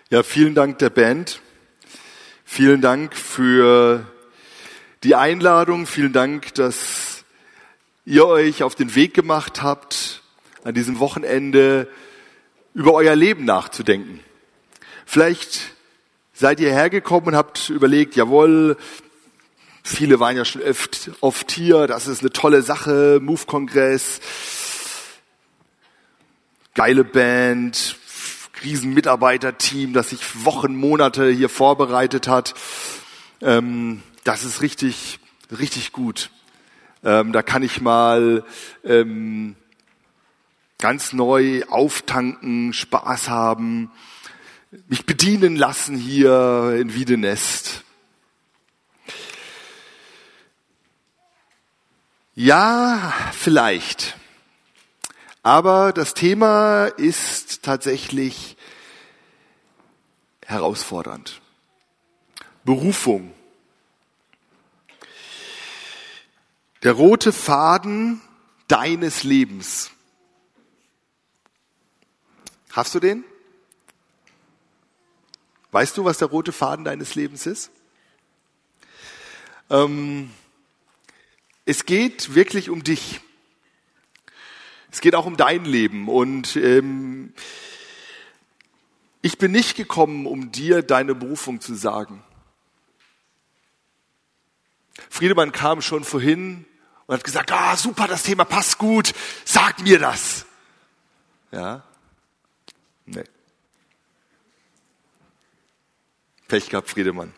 Ja, vielen Dank der Band. Vielen Dank für die Einladung. Vielen Dank, dass ihr euch auf den Weg gemacht habt, an diesem Wochenende über euer Leben nachzudenken. Vielleicht seid ihr hergekommen und habt überlegt, jawohl, viele waren ja schon oft hier, das ist eine tolle Sache, Move-Kongress, geile Band, riesen Mitarbeiterteam, das sich Wochen, Monate hier vorbereitet hat. Das ist richtig, richtig gut. Da kann ich mal ganz neu auftanken, Spaß haben, mich bedienen lassen hier in Wiedenest. Ja, vielleicht. Aber das Thema ist tatsächlich herausfordernd. Berufung. Der rote Faden deines Lebens. Hast du den? Weißt du, was der rote Faden deines Lebens ist? Es geht wirklich um dich. Es geht auch um dein Leben und ich bin nicht gekommen, um dir deine Berufung zu sagen. Friedemann kam schon vorhin und hat gesagt, super, das Thema passt gut, sag mir das. Ja? Nee. Pech gehabt, Friedemann.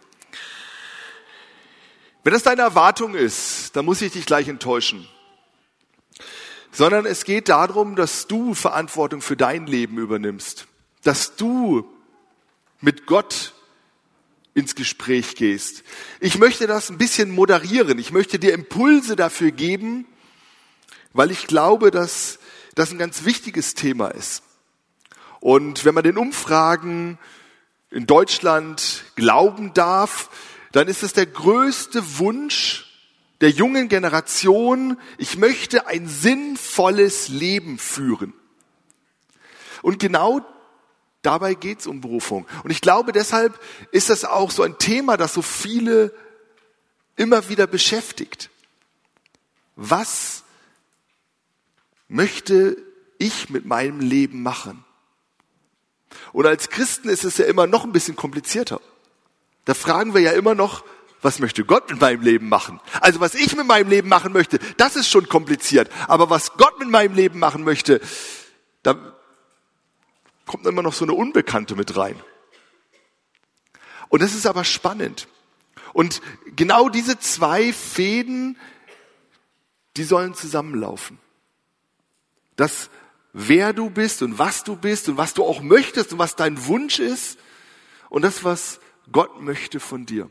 Wenn das deine Erwartung ist, dann muss ich dich gleich enttäuschen. Sondern es geht darum, dass du Verantwortung für dein Leben übernimmst. Dass du mit Gott ins Gespräch gehst. Ich möchte das ein bisschen moderieren. Ich möchte dir Impulse dafür geben, weil ich glaube, dass das ein ganz wichtiges Thema ist. Und wenn man den Umfragen in Deutschland glauben darf, dann ist es der größte Wunsch der jungen Generation, ich möchte ein sinnvolles Leben führen. Und genau dabei geht's um Berufung. Und ich glaube, deshalb ist das auch so ein Thema, das so viele immer wieder beschäftigt. Was möchte ich mit meinem Leben machen? Und als Christen ist es ja immer noch ein bisschen komplizierter. Da fragen wir ja immer noch, was möchte Gott mit meinem Leben machen? Also was ich mit meinem Leben machen möchte, das ist schon kompliziert. Aber was Gott mit meinem Leben machen möchte, da kommt immer noch so eine Unbekannte mit rein. Und das ist aber spannend. Und genau diese zwei Fäden, die sollen zusammenlaufen. Das, wer du bist und was du auch möchtest und was dein Wunsch ist und das, was Gott möchte von dir.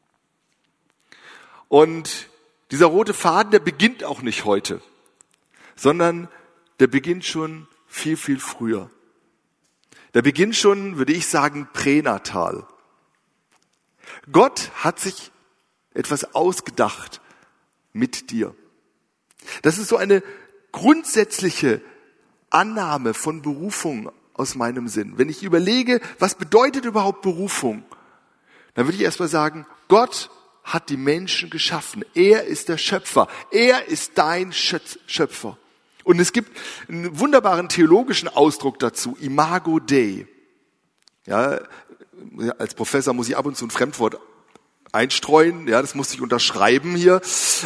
Und dieser rote Faden, der beginnt auch nicht heute, sondern der beginnt schon viel, viel früher. Der beginnt schon, würde ich sagen, pränatal. Gott hat sich etwas ausgedacht mit dir. Das ist so eine grundsätzliche Annahme von Berufung aus meinem Sinn. Wenn ich überlege, was bedeutet überhaupt Berufung, dann würde ich erstmal sagen, Gott hat die Menschen geschaffen. Er ist der Schöpfer. Er ist dein Schöpfer. Und es gibt einen wunderbaren theologischen Ausdruck dazu, Imago Dei. Ja, als Professor muss ich ab und zu ein Fremdwort einstreuen. Ja, das muss ich unterschreiben hier.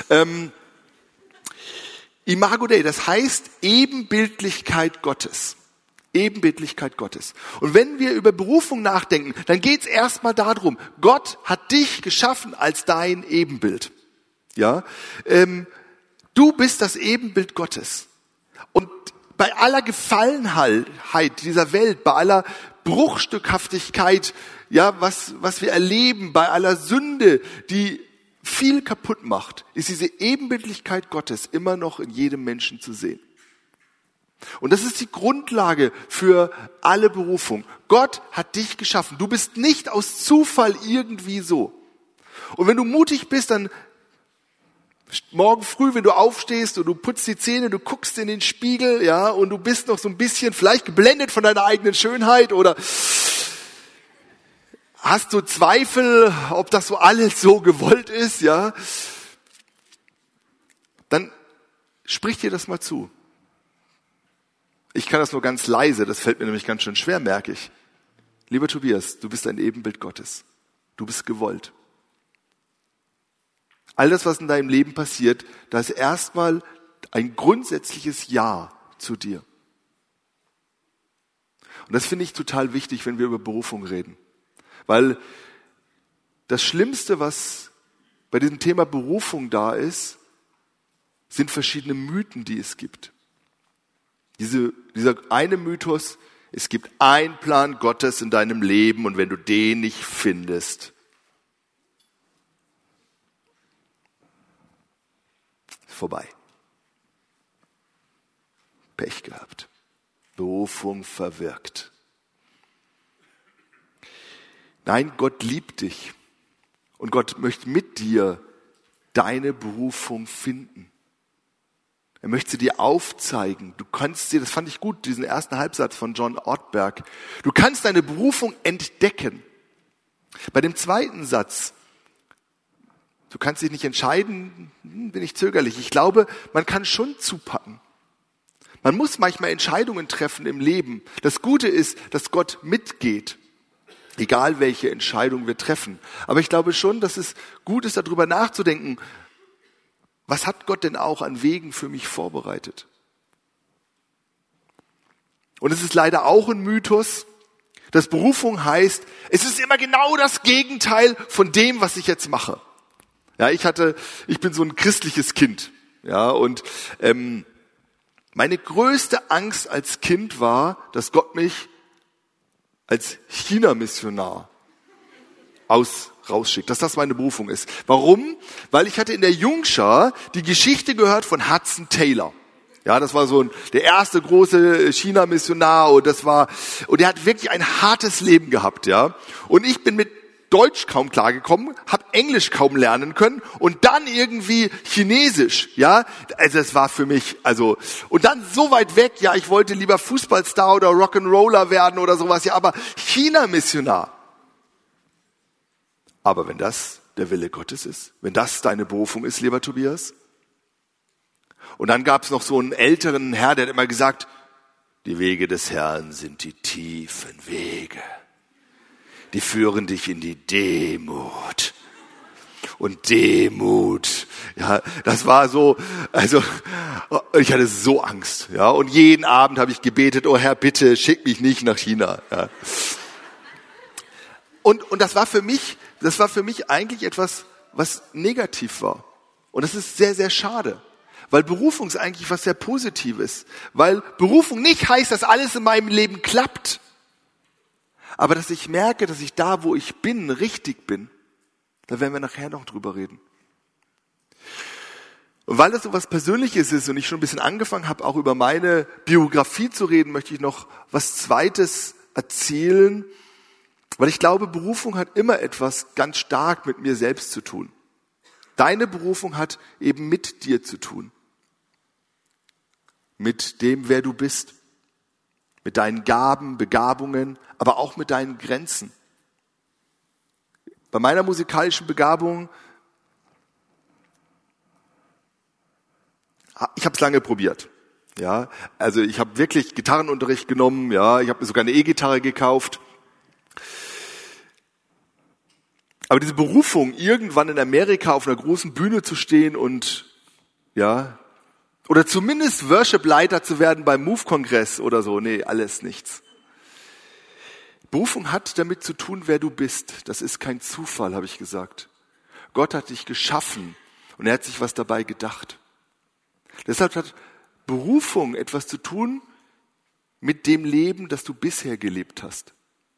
Imago Dei, das heißt Ebenbildlichkeit Gottes. Ebenbildlichkeit Gottes. Und wenn wir über Berufung nachdenken, dann geht es erstmal darum, Gott hat dich geschaffen als dein Ebenbild. Ja, du bist das Ebenbild Gottes. Und bei aller Gefallenheit dieser Welt, bei aller Bruchstückhaftigkeit, ja, was wir erleben, bei aller Sünde, die viel kaputt macht, ist diese Ebenbildlichkeit Gottes immer noch in jedem Menschen zu sehen. Und das ist die Grundlage für alle Berufung. Gott hat dich geschaffen. Du bist nicht aus Zufall irgendwie so. Und wenn du mutig bist, dann morgen früh, wenn du aufstehst und du putzt die Zähne, du guckst in den Spiegel, ja, und du bist noch so ein bisschen vielleicht geblendet von deiner eigenen Schönheit oder hast du Zweifel, ob das so alles so gewollt ist, ja, dann sprich dir das mal zu. Ich kann das nur ganz leise, das fällt mir nämlich ganz schön schwer, merke ich. Lieber Tobias, du bist ein Ebenbild Gottes. Du bist gewollt. All das, was in deinem Leben passiert, da ist erstmal ein grundsätzliches Ja zu dir. Und das finde ich total wichtig, wenn wir über Berufung reden. Weil das Schlimmste, was bei diesem Thema Berufung da ist, sind verschiedene Mythen, die es gibt. Dieser eine Mythos, es gibt einen Plan Gottes in deinem Leben und wenn du den nicht findest, ist vorbei. Pech gehabt. Berufung verwirkt. Nein, Gott liebt dich und Gott möchte mit dir deine Berufung finden. Er möchte sie dir aufzeigen. Du kannst dir, das fand ich gut, diesen ersten Halbsatz von John Ortberg. Du kannst deine Berufung entdecken. Bei dem zweiten Satz, du kannst dich nicht entscheiden, bin ich zögerlich. Ich glaube, man kann schon zupacken. Man muss manchmal Entscheidungen treffen im Leben. Das Gute ist, dass Gott mitgeht. Egal welche Entscheidung wir treffen. Aber ich glaube schon, dass es gut ist, darüber nachzudenken, was hat Gott denn auch an Wegen für mich vorbereitet? Und es ist leider auch ein Mythos, dass Berufung heißt, es ist immer genau das Gegenteil von dem, was ich jetzt mache. Ja, ich bin so ein christliches Kind. Ja, und meine größte Angst als Kind war, dass Gott mich als China-Missionar rausschickt, dass das meine Berufung ist. Warum? Weil ich hatte in der Jungschar die Geschichte gehört von Hudson Taylor. Ja, das war der erste große China-Missionar und er hat wirklich ein hartes Leben gehabt, ja. Und ich bin mit Deutsch kaum klargekommen, habe Englisch kaum lernen können und dann irgendwie Chinesisch, ja. Also es war für mich, und dann so weit weg, ja, ich wollte lieber Fußballstar oder Rock'n'Roller werden oder sowas, ja, aber China-Missionar. Aber wenn das der Wille Gottes ist, wenn das deine Berufung ist, lieber Tobias. Und dann gab es noch so einen älteren Herr, der hat immer gesagt, die Wege des Herrn sind die tiefen Wege. Die führen dich in die Demut. Und Demut, ja, das war so, ich hatte so Angst, ja. Und jeden Abend habe ich gebetet, oh Herr, bitte schick mich nicht nach China, ja. Und das war für mich eigentlich etwas, was negativ war. Und das ist sehr, sehr schade. Weil Berufung ist eigentlich was sehr Positives. Weil Berufung nicht heißt, dass alles in meinem Leben klappt. Aber dass ich merke, dass ich da, wo ich bin, richtig bin. Da werden wir nachher noch drüber reden. Und weil das so was Persönliches ist und ich schon ein bisschen angefangen habe, auch über meine Biografie zu reden, möchte ich noch was Zweites erzählen. Weil ich glaube, Berufung hat immer etwas ganz stark mit mir selbst zu tun. Deine Berufung hat eben mit dir zu tun. Mit dem, wer du bist. Mit deinen Gaben, Begabungen, aber auch mit deinen Grenzen. Bei meiner musikalischen Begabung, ich habe es lange probiert. Ja, also ich habe wirklich Gitarrenunterricht genommen. Ja, ich habe mir sogar eine E-Gitarre gekauft. Aber diese Berufung, irgendwann in Amerika auf einer großen Bühne zu stehen und, ja, oder zumindest Worship-Leiter zu werden beim Move-Kongress oder so, nee, alles nichts. Berufung hat damit zu tun, wer du bist. Das ist kein Zufall, habe ich gesagt. Gott hat dich geschaffen und er hat sich was dabei gedacht. Deshalb hat Berufung etwas zu tun mit dem Leben, das du bisher gelebt hast.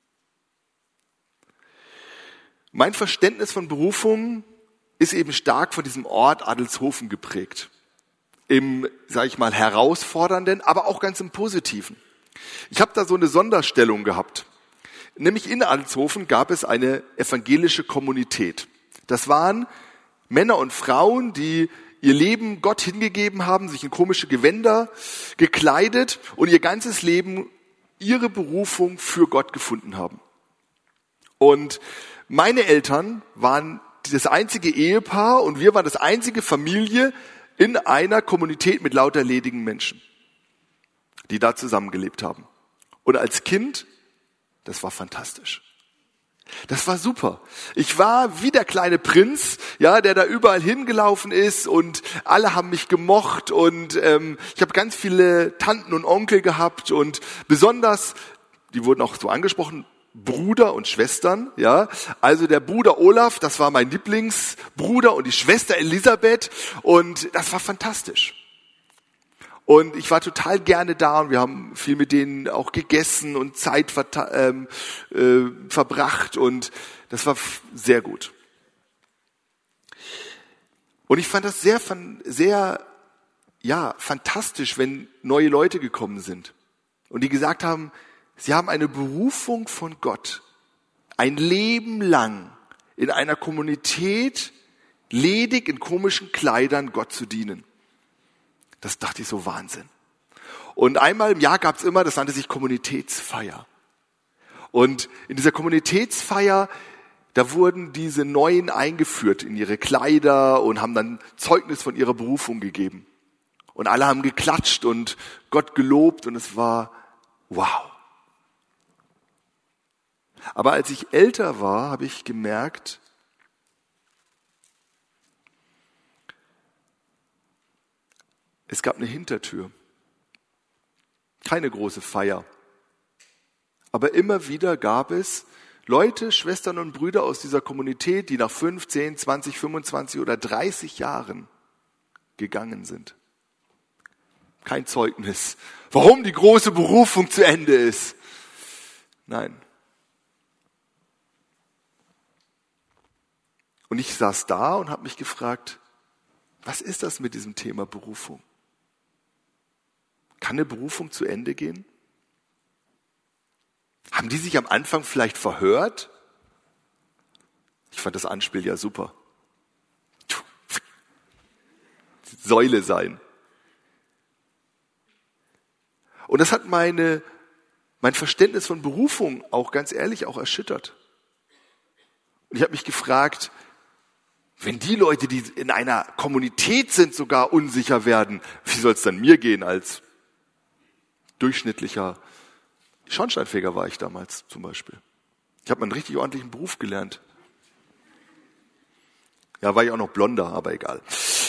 Mein Verständnis von Berufung ist eben stark von diesem Ort Adelshofen geprägt. Im, sage ich mal, herausfordernden, aber auch ganz im Positiven. Ich habe da so eine Sonderstellung gehabt. Nämlich in Adelshofen gab es eine evangelische Kommunität. Das waren Männer und Frauen, die ihr Leben Gott hingegeben haben, sich in komische Gewänder gekleidet und ihr ganzes Leben ihre Berufung für Gott gefunden haben. Und meine Eltern waren das einzige Ehepaar und wir waren das einzige Familie in einer Kommunität mit lauter ledigen Menschen, die da zusammengelebt haben. Und als Kind, das war fantastisch. Das war super. Ich war wie der kleine Prinz, ja, der da überall hingelaufen ist und alle haben mich gemocht und ich habe ganz viele Tanten und Onkel gehabt und besonders, die wurden auch so angesprochen, Bruder und Schwestern, ja. Also der Bruder Olaf, das war mein Lieblingsbruder und die Schwester Elisabeth und das war fantastisch. Und ich war total gerne da und wir haben viel mit denen auch gegessen und Zeit verbracht und das war sehr gut. Und ich fand das sehr fantastisch, wenn neue Leute gekommen sind und die gesagt haben, sie haben eine Berufung von Gott, ein Leben lang in einer Kommunität, ledig in komischen Kleidern Gott zu dienen. Das dachte ich so, Wahnsinn. Und einmal im Jahr gab es immer, das nannte sich Kommunitätsfeier. Und in dieser Kommunitätsfeier, da wurden diese Neuen eingeführt in ihre Kleider und haben dann Zeugnis von ihrer Berufung gegeben. Und alle haben geklatscht und Gott gelobt und es war wow. Aber als ich älter war, habe ich gemerkt, es gab eine Hintertür. Keine große Feier. Aber immer wieder gab es Leute, Schwestern und Brüder aus dieser Kommunität, die nach 5, 10, 20, 25 oder 30 Jahren gegangen sind. Kein Zeugnis, warum die große Berufung zu Ende ist. Nein. Und ich saß da und habe mich gefragt, was ist das mit diesem Thema Berufung? Kann eine Berufung zu Ende gehen? Haben die sich am Anfang vielleicht verhört? Ich fand das Anspiel ja super. Säule sein. Und das hat mein Verständnis von Berufung auch ganz ehrlich auch erschüttert. Und ich habe mich gefragt, wenn die Leute, die in einer Kommunität sind, sogar unsicher werden, wie soll es dann mir gehen als durchschnittlicher Schornsteinfeger war ich damals zum Beispiel. Ich habe einen richtig ordentlichen Beruf gelernt. Ja, war ich auch noch blonder, aber egal.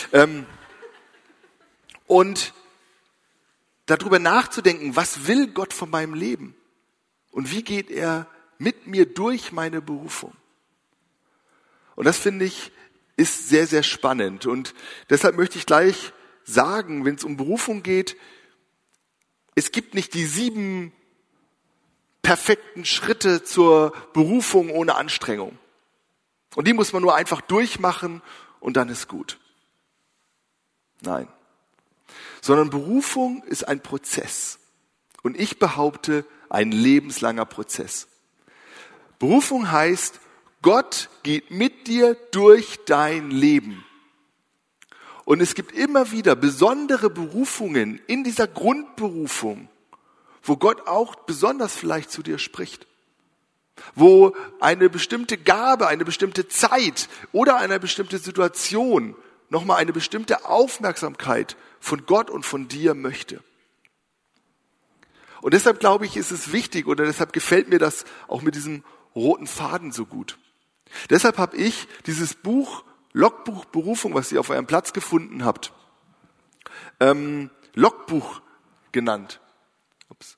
Und darüber nachzudenken, was will Gott von meinem Leben? Und wie geht er mit mir durch meine Berufung? Und das finde ich, ist sehr, sehr spannend. Und deshalb möchte ich gleich sagen, wenn es um Berufung geht, es gibt nicht die 7 perfekten Schritte zur Berufung ohne Anstrengung. Und die muss man nur einfach durchmachen und dann ist gut. Nein. Sondern Berufung ist ein Prozess. Und ich behaupte, ein lebenslanger Prozess. Berufung heißt, Gott geht mit dir durch dein Leben. Und es gibt immer wieder besondere Berufungen in dieser Grundberufung, wo Gott auch besonders vielleicht zu dir spricht. Wo eine bestimmte Gabe, eine bestimmte Zeit oder eine bestimmte Situation nochmal eine bestimmte Aufmerksamkeit von Gott und von dir möchte. Und deshalb glaube ich, ist es wichtig oder deshalb gefällt mir das auch mit diesem roten Faden so gut. Deshalb habe ich dieses Buch, Logbuch Berufung, was ihr auf eurem Platz gefunden habt, Logbuch genannt. Ups.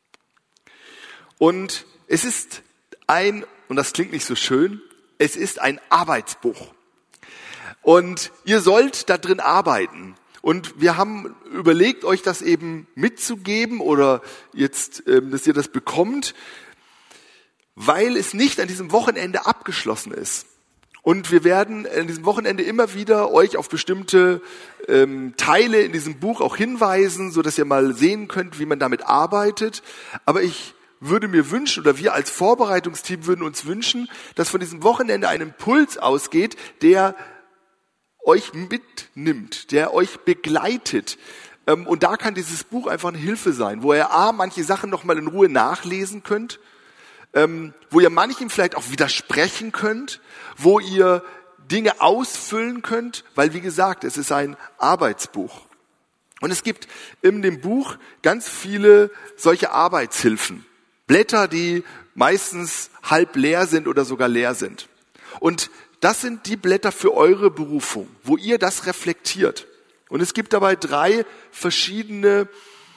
Und es ist und das klingt nicht so schön, es ist ein Arbeitsbuch. Und ihr sollt da drin arbeiten. Und wir haben überlegt, euch das eben mitzugeben oder jetzt, dass ihr das bekommt, weil es nicht an diesem Wochenende abgeschlossen ist. Und wir werden an diesem Wochenende immer wieder euch auf bestimmte Teile in diesem Buch auch hinweisen, so dass ihr mal sehen könnt, wie man damit arbeitet. Aber ich würde mir wünschen, oder wir als Vorbereitungsteam würden uns wünschen, dass von diesem Wochenende ein Impuls ausgeht, der euch mitnimmt, der euch begleitet. Und da kann dieses Buch einfach eine Hilfe sein, wo ihr manche Sachen nochmal in Ruhe nachlesen könnt, wo ihr manchem vielleicht auch widersprechen könnt, wo ihr Dinge ausfüllen könnt, weil wie gesagt, es ist ein Arbeitsbuch. Und es gibt in dem Buch ganz viele solche Arbeitshilfen. Blätter, die meistens halb leer sind oder sogar leer sind. Und das sind die Blätter für eure Berufung, wo ihr das reflektiert. Und es gibt dabei 3 verschiedene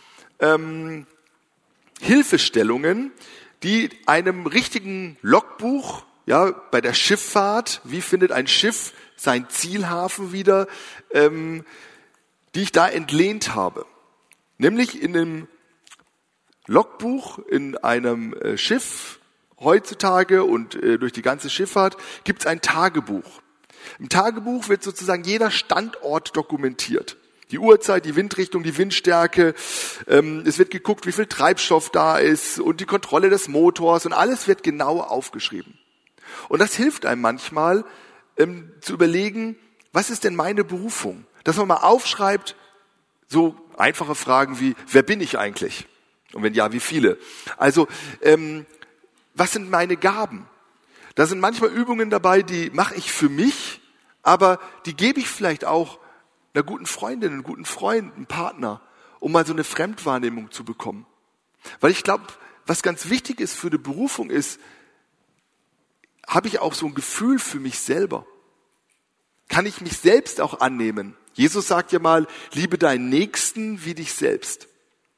Hilfestellungen, die einem richtigen Logbuch, ja, bei der Schifffahrt, wie findet ein Schiff sein Zielhafen wieder, die ich da entlehnt habe. Nämlich in einem Logbuch in einem Schiff heutzutage und durch die ganze Schifffahrt gibt es ein Tagebuch. Im Tagebuch wird sozusagen jeder Standort dokumentiert. Die Uhrzeit, die Windrichtung, die Windstärke. Es wird geguckt, wie viel Treibstoff da ist und die Kontrolle des Motors und alles wird genau aufgeschrieben. Und das hilft einem manchmal zu überlegen, was ist denn meine Berufung? Dass man mal aufschreibt, so einfache Fragen wie, wer bin ich eigentlich? Und wenn ja, wie viele? Also, was sind meine Gaben? Da sind manchmal Übungen dabei, die mache ich für mich, aber die gebe ich vielleicht auch einer guten Freundin, einem guten Freund, einem Partner, um mal so eine Fremdwahrnehmung zu bekommen. Weil ich glaube, was ganz wichtig ist für die Berufung ist, habe ich auch so ein Gefühl für mich selber? Kann ich mich selbst auch annehmen? Jesus sagt ja mal, liebe deinen Nächsten wie dich selbst.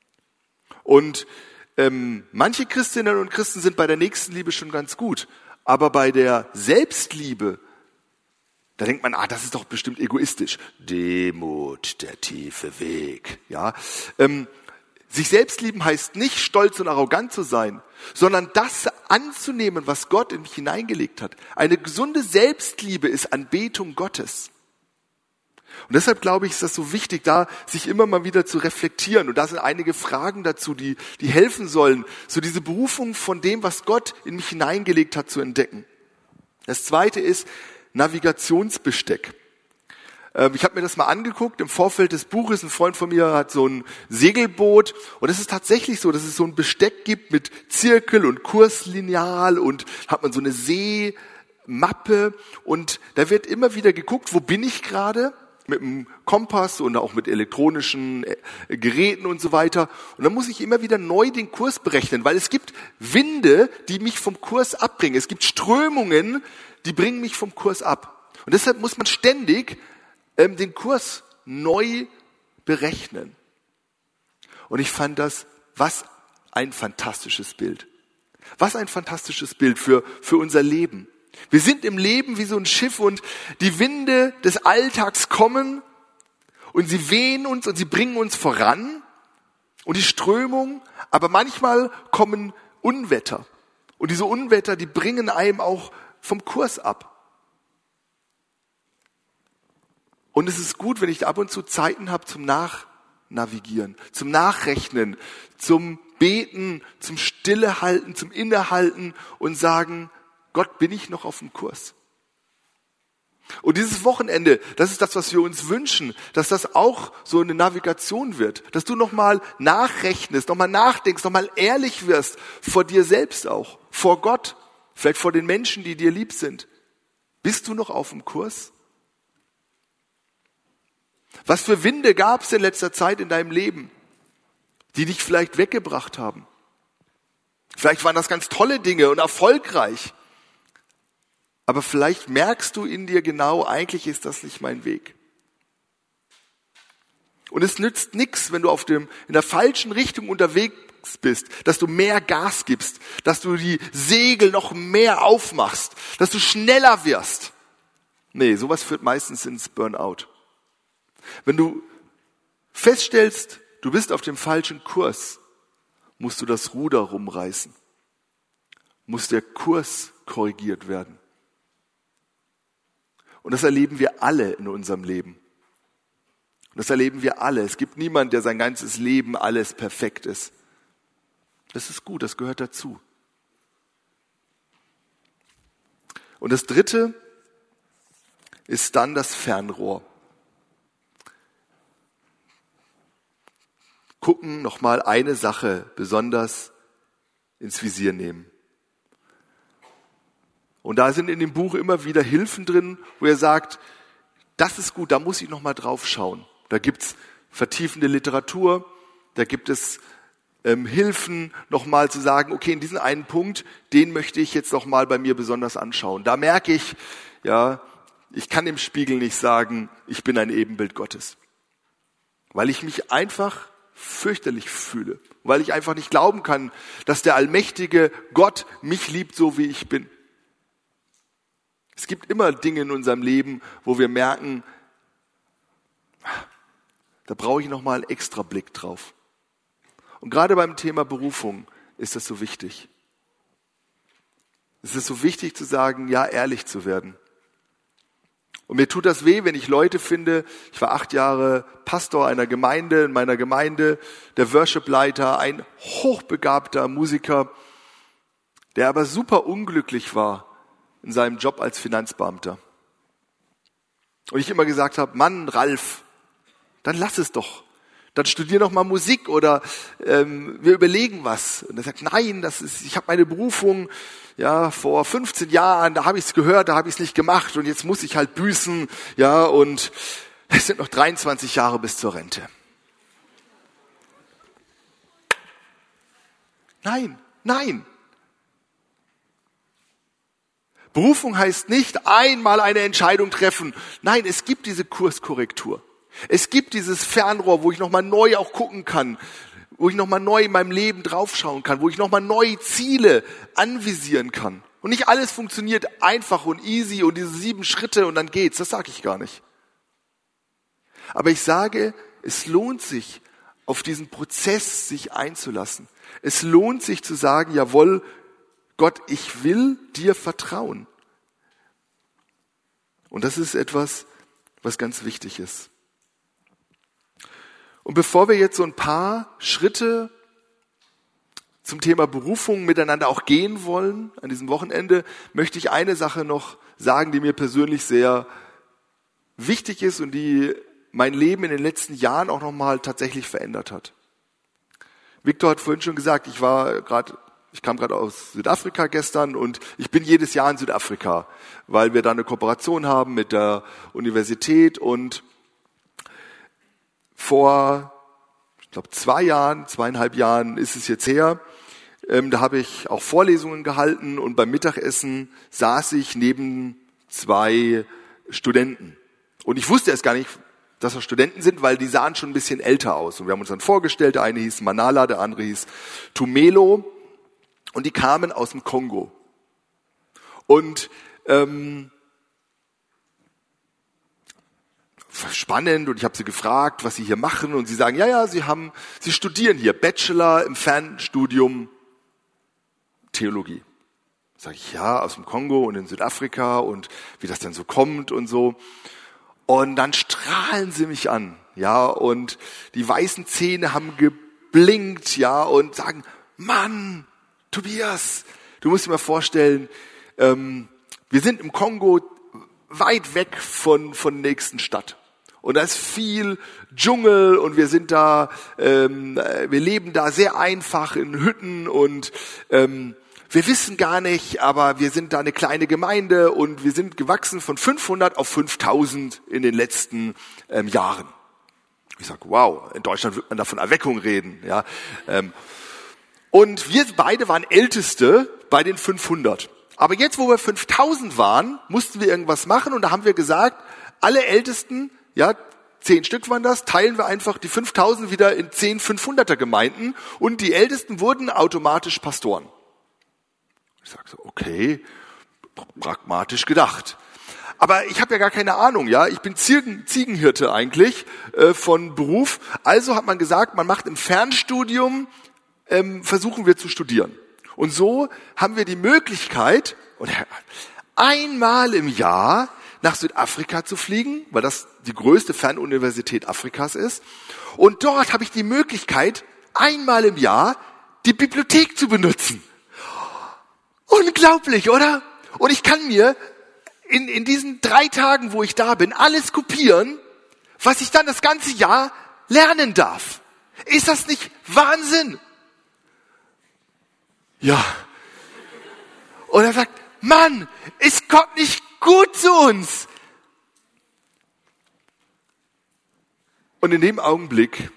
Und manche Christinnen und Christen sind bei der Nächstenliebe schon ganz gut, aber bei der Selbstliebe, da denkt man, das ist doch bestimmt egoistisch. Demut, der tiefe Weg. Ja, sich selbst lieben heißt nicht, stolz und arrogant zu sein, sondern das anzunehmen, was Gott in mich hineingelegt hat. Eine gesunde Selbstliebe ist Anbetung Gottes. Und deshalb glaube ich, ist das so wichtig, da sich immer mal wieder zu reflektieren. Und da sind einige Fragen dazu, die helfen sollen, so diese Berufung von dem, was Gott in mich hineingelegt hat, zu entdecken. Das Zweite ist Navigationsbesteck. Ich habe mir das mal angeguckt, im Vorfeld des Buches, ein Freund von mir hat so ein Segelboot und es ist tatsächlich so, dass es so ein Besteck gibt mit Zirkel und Kurslineal und hat man so eine Seemappe und da wird immer wieder geguckt, wo bin ich gerade, mit dem Kompass und auch mit elektronischen Geräten und so weiter. Und dann muss ich immer wieder neu den Kurs berechnen, weil es gibt Winde, die mich vom Kurs abbringen. Es gibt Strömungen, die bringen mich vom Kurs ab. Und deshalb muss man ständig den Kurs neu berechnen. Und ich fand das, was ein fantastisches Bild. Was ein fantastisches Bild für unser Leben. Wir sind im Leben wie so ein Schiff und die Winde des Alltags kommen und sie wehen uns und sie bringen uns voran und die Strömung, aber manchmal kommen Unwetter und diese Unwetter, die bringen einem auch vom Kurs ab. Und es ist gut, wenn ich ab und zu Zeiten habe zum Nachnavigieren, zum Nachrechnen, zum Beten, zum Stillehalten, zum Innehalten und sagen, Gott, bin ich noch auf dem Kurs? Und dieses Wochenende, das ist das, was wir uns wünschen, dass das auch so eine Navigation wird, dass du nochmal nachrechnest, nochmal nachdenkst, nochmal ehrlich wirst vor dir selbst auch, vor Gott, vielleicht vor den Menschen, die dir lieb sind. Bist du noch auf dem Kurs? Was für Winde gab es in letzter Zeit in deinem Leben, die dich vielleicht weggebracht haben? Vielleicht waren das ganz tolle Dinge und erfolgreich. Aber vielleicht merkst du in dir genau, eigentlich ist das nicht mein Weg. Und es nützt nichts, wenn du in der falschen Richtung unterwegs bist, dass du mehr Gas gibst, dass du die Segel noch mehr aufmachst, dass du schneller wirst. Nee, sowas führt meistens ins Burnout. Wenn du feststellst, du bist auf dem falschen Kurs, musst du das Ruder rumreißen, muss der Kurs korrigiert werden. Und das erleben wir alle in unserem Leben. Und das erleben wir alle. Es gibt niemanden, der sein ganzes Leben alles perfekt ist. Das ist gut, das gehört dazu. Und das Dritte ist dann das Fernrohr. Gucken, nochmal eine Sache besonders ins Visier nehmen. Und da sind in dem Buch immer wieder Hilfen drin, wo er sagt, das ist gut, da muss ich nochmal drauf schauen. Da gibt's vertiefende Literatur, da gibt es Hilfen, nochmal zu sagen, okay, in diesen einen Punkt, den möchte ich jetzt nochmal bei mir besonders anschauen. Da merke ich, ja, ich kann im Spiegel nicht sagen, ich bin ein Ebenbild Gottes. Weil ich mich einfach fürchterlich fühle. Weil ich einfach nicht glauben kann, dass der allmächtige Gott mich liebt, so wie ich bin. Es gibt immer Dinge in unserem Leben, wo wir merken, da brauche ich nochmal einen extra Blick drauf. Und gerade beim Thema Berufung ist das so wichtig. Es ist so wichtig zu sagen, ja, ehrlich zu werden. Und mir tut das weh, wenn ich Leute finde, ich war 8 Jahre Pastor einer Gemeinde, in meiner Gemeinde, der Worship-Leiter, ein hochbegabter Musiker, der aber super unglücklich war in seinem Job als Finanzbeamter. Und ich immer gesagt habe, Mann, Ralf, dann lass es doch. Dann studier doch mal Musik oder wir überlegen was. Und er sagt, nein, ich habe meine Berufung, ja, vor 15 Jahren, da habe ich es gehört, da habe ich es nicht gemacht und jetzt muss ich halt büßen, ja, und es sind noch 23 Jahre bis zur Rente. Nein. Berufung heißt nicht einmal eine Entscheidung treffen. Nein, es gibt diese Kurskorrektur. Es gibt dieses Fernrohr, wo ich nochmal neu auch gucken kann, wo ich nochmal neu in meinem Leben draufschauen kann, wo ich nochmal neue Ziele anvisieren kann. Und nicht alles funktioniert einfach und easy und diese 7 Schritte und dann geht's. Das sage ich gar nicht. Aber ich sage, es lohnt sich, auf diesen Prozess sich einzulassen. Es lohnt sich zu sagen, jawohl, Gott, ich will dir vertrauen. Und das ist etwas, was ganz wichtig ist. Und bevor wir jetzt so ein paar Schritte zum Thema Berufung miteinander auch gehen wollen, an diesem Wochenende, möchte ich eine Sache noch sagen, die mir persönlich sehr wichtig ist und die mein Leben in den letzten Jahren auch nochmal tatsächlich verändert hat. Viktor hat vorhin schon gesagt, ich kam gerade aus Südafrika gestern und ich bin jedes Jahr in Südafrika, weil wir da eine Kooperation haben mit der Universität und vor, ich glaube 2,5 Jahren ist es jetzt her, da habe ich auch Vorlesungen gehalten und beim Mittagessen saß ich neben 2 Studenten. Und ich wusste erst gar nicht, dass das Studenten sind, weil die sahen schon ein bisschen älter aus. Und wir haben uns dann vorgestellt, der eine hieß Manala, der andere hieß Tumelo. Und die kamen aus dem Kongo. Und spannend, und ich habe sie gefragt, was sie hier machen. Und sie sagen, ja, sie studieren hier Bachelor im Fernstudium Theologie. Sag ich, ja, aus dem Kongo und in Südafrika und wie das dann so kommt und so. Und dann strahlen sie mich an, ja, und die weißen Zähne haben geblinkt, ja, und sagen, Mann, Tobias, du musst dir mal vorstellen, wir sind im Kongo weit weg von der nächsten Stadt. Und da ist viel Dschungel und wir sind da, wir leben da sehr einfach in Hütten und wir wissen gar nicht, aber wir sind da eine kleine Gemeinde und wir sind gewachsen von 500 auf 5000 in den letzten Jahren. Ich sage, wow, in Deutschland wird man da von Erweckung reden. Ja. Und wir beide waren Älteste bei den 500. Aber jetzt, wo wir 5000 waren, mussten wir irgendwas machen und da haben wir gesagt, alle Ältesten, ja, 10 Stück waren das, teilen wir einfach die 5000 wieder in 10 500er Gemeinden und die Ältesten wurden automatisch Pastoren. Ich sage so, okay, pragmatisch gedacht. Aber ich habe ja gar keine Ahnung, ja. Ich bin Ziegenhirte eigentlich von Beruf. Also hat man gesagt, man macht im Fernstudium, versuchen wir zu studieren. Und so haben wir die Möglichkeit, einmal im Jahr nach Südafrika zu fliegen, weil das die größte Fernuniversität Afrikas ist. Und dort habe ich die Möglichkeit, einmal im Jahr die Bibliothek zu benutzen. Unglaublich, oder? Und ich kann mir in diesen 3 Tagen, wo ich da bin, alles kopieren, was ich dann das ganze Jahr lernen darf. Ist das nicht Wahnsinn? Ja. Und er sagt, Mann, ist Gott nicht gut zu uns? Und in dem Augenblick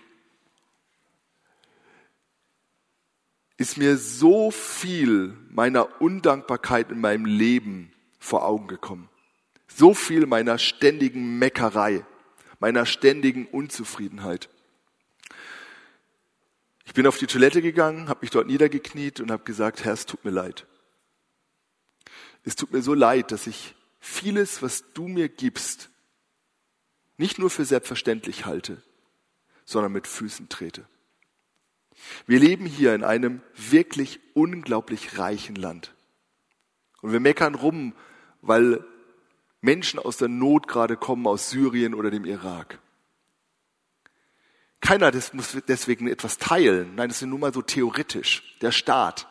ist mir so viel meiner Undankbarkeit in meinem Leben vor Augen gekommen. So viel meiner ständigen Meckerei, meiner ständigen Unzufriedenheit. Ich bin auf die Toilette gegangen, habe mich dort niedergekniet und habe gesagt, Herr, es tut mir leid. Es tut mir so leid, dass ich vieles, was du mir gibst, nicht nur für selbstverständlich halte, sondern mit Füßen trete. Wir leben hier in einem wirklich unglaublich reichen Land. Und wir meckern rum, weil Menschen aus der Not gerade kommen, aus Syrien oder dem Irak. Keiner muss deswegen etwas teilen. Nein, das ist nur mal so theoretisch. Der Staat.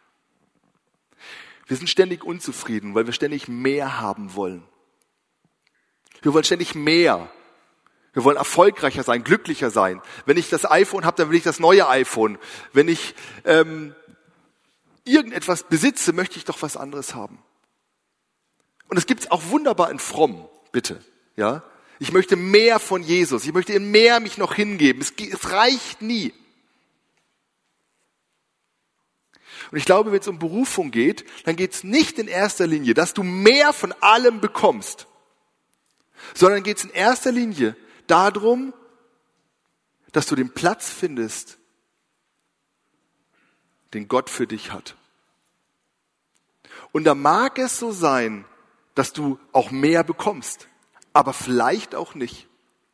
Wir sind ständig unzufrieden, weil wir ständig mehr haben wollen. Wir wollen ständig mehr. Wir wollen erfolgreicher sein, glücklicher sein. Wenn ich das iPhone habe, dann will ich das neue iPhone. Wenn ich irgendetwas besitze, möchte ich doch was anderes haben. Und es gibt's auch wunderbar in fromm, bitte. Ja, ich möchte mehr von Jesus. Ich möchte in mehr mich noch hingeben. Es reicht nie. Und ich glaube, wenn es um Berufung geht, dann geht es nicht in erster Linie, dass du mehr von allem bekommst, sondern geht es in erster Linie darum, dass du den Platz findest, den Gott für dich hat. Und da mag es so sein, dass du auch mehr bekommst, aber vielleicht auch nicht.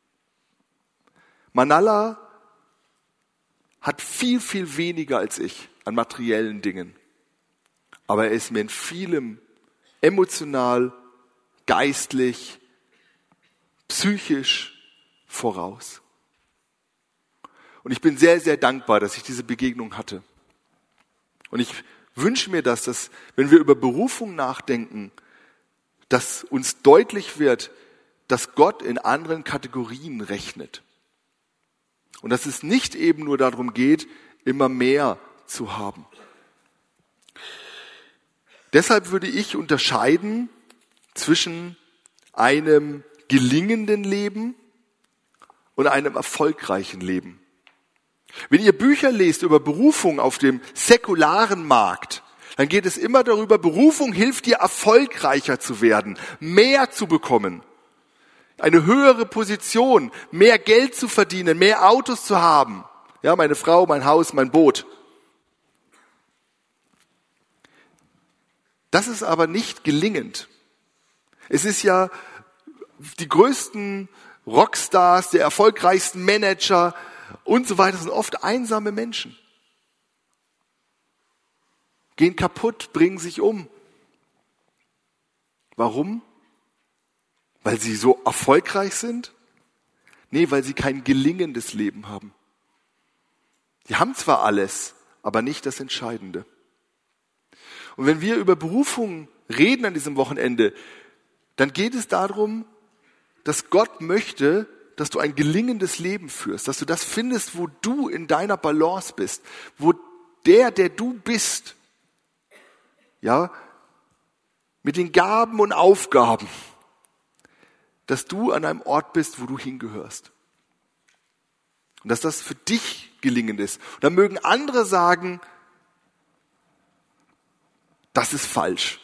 Manala hat viel, viel weniger als ich an materiellen Dingen. Aber er ist mir in vielem emotional, geistlich, psychisch voraus. Und ich bin sehr, sehr dankbar, dass ich diese Begegnung hatte. Und ich wünsche mir dass wenn wir über Berufung nachdenken, dass uns deutlich wird, dass Gott in anderen Kategorien rechnet. Und dass es nicht eben nur darum geht, immer mehr zu haben. Deshalb würde ich unterscheiden zwischen einem gelingenden Leben und einem erfolgreichen Leben. Wenn ihr Bücher lest über Berufung auf dem säkularen Markt, dann geht es immer darüber, Berufung hilft dir, erfolgreicher zu werden, mehr zu bekommen, eine höhere Position, mehr Geld zu verdienen, mehr Autos zu haben. Ja, meine Frau, mein Haus, mein Boot. Das ist aber nicht gelingend. Es ist ja die größten Rockstars, der erfolgreichsten Manager und so weiter sind oft einsame Menschen. Gehen kaputt, bringen sich um. Warum? Weil sie so erfolgreich sind? Nee, weil sie kein gelingendes Leben haben. Die haben zwar alles, aber nicht das Entscheidende. Und wenn wir über Berufung reden an diesem Wochenende, dann geht es darum, dass Gott möchte, dass du ein gelingendes Leben führst, dass du das findest, wo du in deiner Balance bist, wo der du bist, ja, mit den Gaben und Aufgaben, dass du an einem Ort bist, wo du hingehörst. Und dass das für dich gelingend ist. Und dann mögen andere sagen, das ist falsch.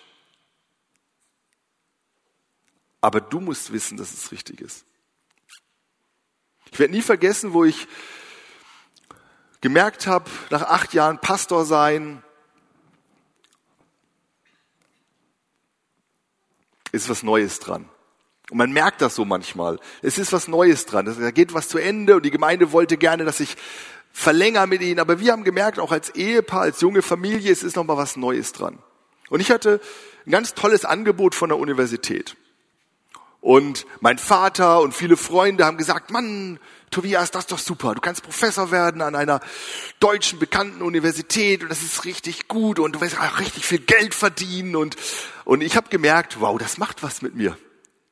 Aber du musst wissen, dass es richtig ist. Ich werde nie vergessen, wo ich gemerkt habe, nach 8 Jahren Pastor sein, ist was Neues dran. Und man merkt das so manchmal. Es ist was Neues dran. Da geht was zu Ende und die Gemeinde wollte gerne, dass ich verlängere mit ihnen. Aber wir haben gemerkt, auch als Ehepaar, als junge Familie, es ist noch mal was Neues dran. Und ich hatte ein ganz tolles Angebot von der Universität. Und mein Vater und viele Freunde haben gesagt, Mann, Tobias, das ist doch super. Du kannst Professor werden an einer deutschen bekannten Universität und das ist richtig gut und du wirst auch richtig viel Geld verdienen. Und ich habe gemerkt, wow, das macht was mit mir.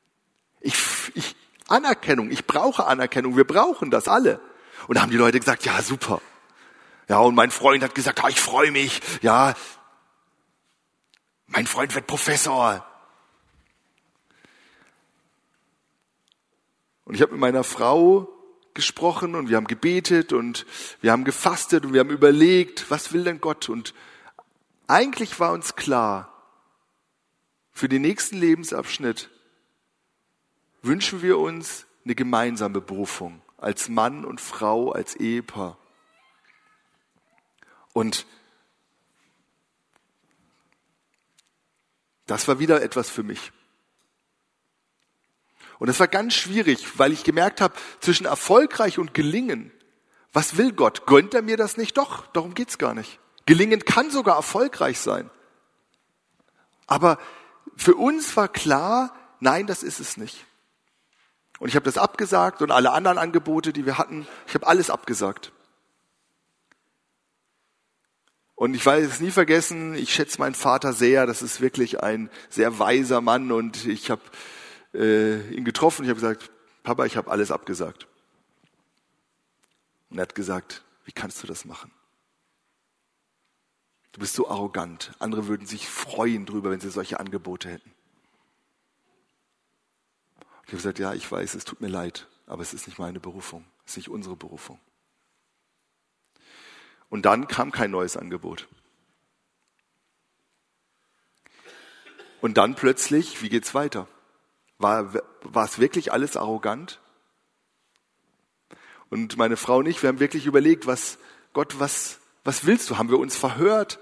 Anerkennung, ich brauche Anerkennung, wir brauchen das alle. Und da haben die Leute gesagt, ja, super. Ja, und mein Freund hat gesagt, ich freue mich. Ja, Mein Freund wird Professor. Und ich habe mit meiner Frau gesprochen und wir haben gebetet und wir haben gefastet und wir haben überlegt, was will denn Gott? Und eigentlich war uns klar, für den nächsten Lebensabschnitt wünschen wir uns eine gemeinsame Berufung als Mann und Frau, als Ehepaar. Und das war wieder etwas für mich. Und das war ganz schwierig, weil ich gemerkt habe, zwischen erfolgreich und gelingen, was will Gott? Gönnt er mir das nicht? Doch, darum geht's gar nicht. Gelingen kann sogar erfolgreich sein. Aber für uns war klar, nein, das ist es nicht. Und ich habe das abgesagt und alle anderen Angebote, die wir hatten, ich habe alles abgesagt. Und ich werde es nie vergessen, ich schätze meinen Vater sehr, das ist wirklich ein sehr weiser Mann und ich habe ihn getroffen und ich habe gesagt, Papa, ich habe alles abgesagt. Und er hat gesagt, wie kannst du das machen? Du bist so arrogant. Andere würden sich freuen drüber, wenn sie solche Angebote hätten. Und ich habe gesagt, ja, ich weiß, es tut mir leid, aber es ist nicht meine Berufung, es ist nicht unsere Berufung. Und dann kam kein neues Angebot. Und dann plötzlich, wie geht's weiter? War es wirklich alles arrogant? Und meine Frau und ich, wir haben wirklich überlegt, was willst du? Haben wir uns verhört?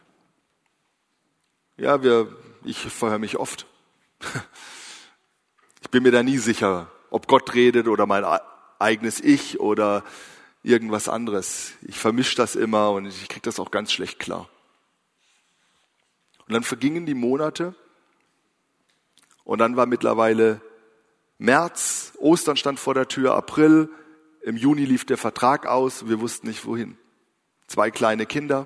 Ja, ich verhöre mich oft. Ich bin mir da nie sicher, ob Gott redet oder mein eigenes Ich oder irgendwas anderes. Ich vermische das immer und ich kriege das auch ganz schlecht klar. Und dann vergingen die Monate und dann war mittlerweile März, Ostern stand vor der Tür, April, im Juni lief der Vertrag aus, wir wussten nicht wohin. 2 kleine Kinder.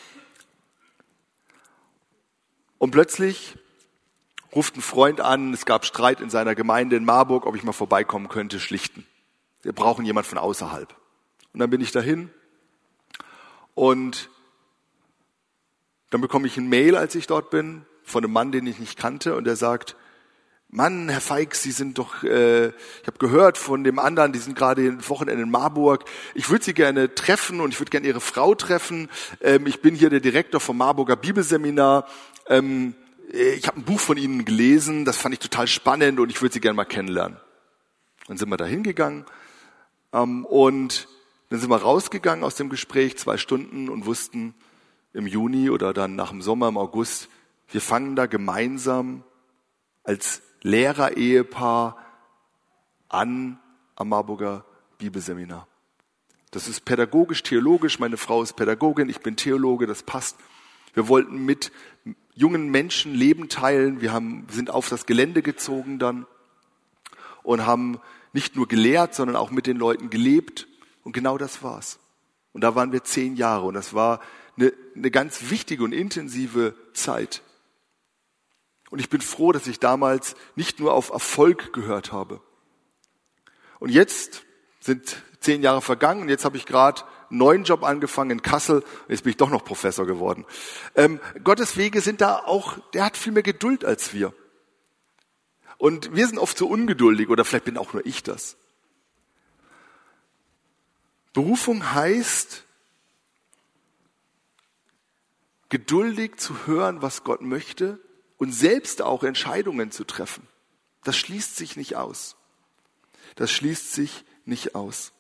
Und plötzlich ruft ein Freund an, es gab Streit in seiner Gemeinde in Marburg, ob ich mal vorbeikommen könnte, schlichten. Wir brauchen jemand von außerhalb. Und dann bin ich dahin und dann bekomme ich ein Mail, als ich dort bin, von einem Mann, den ich nicht kannte und der sagt, Mann, Herr Feix, Sie sind doch, ich habe gehört von dem anderen, die sind gerade ein Wochenende in Marburg. Ich würde Sie gerne treffen und ich würde gerne Ihre Frau treffen. Ich bin hier der Direktor vom Marburger Bibelseminar. Ich habe ein Buch von Ihnen gelesen, das fand ich total spannend und ich würde Sie gerne mal kennenlernen. Dann sind wir da hingegangen und dann sind wir rausgegangen aus dem Gespräch, 2 Stunden und wussten im Juni oder dann nach dem Sommer, im August, wir fangen da gemeinsam als Lehrer-Ehepaar am Marburger Bibelseminar. Das ist pädagogisch-theologisch, meine Frau ist Pädagogin, ich bin Theologe, das passt. Wir wollten mit jungen Menschen Leben teilen, wir sind auf das Gelände gezogen dann und haben nicht nur gelehrt, sondern auch mit den Leuten gelebt und genau das war's. Und da waren wir 10 Jahre und das war eine ganz wichtige und intensive Zeit. Und ich bin froh, dass ich damals nicht nur auf Erfolg gehört habe. Und jetzt sind 10 Jahre vergangen und jetzt habe ich gerade einen neuen Job angefangen in Kassel und jetzt bin ich doch noch Professor geworden. Gottes Wege sind da auch, der hat viel mehr Geduld als wir. Und wir sind oft so ungeduldig oder vielleicht bin auch nur ich das. Berufung heißt, geduldig zu hören, was Gott möchte und selbst auch Entscheidungen zu treffen. Das schließt sich nicht aus. Das schließt sich nicht aus.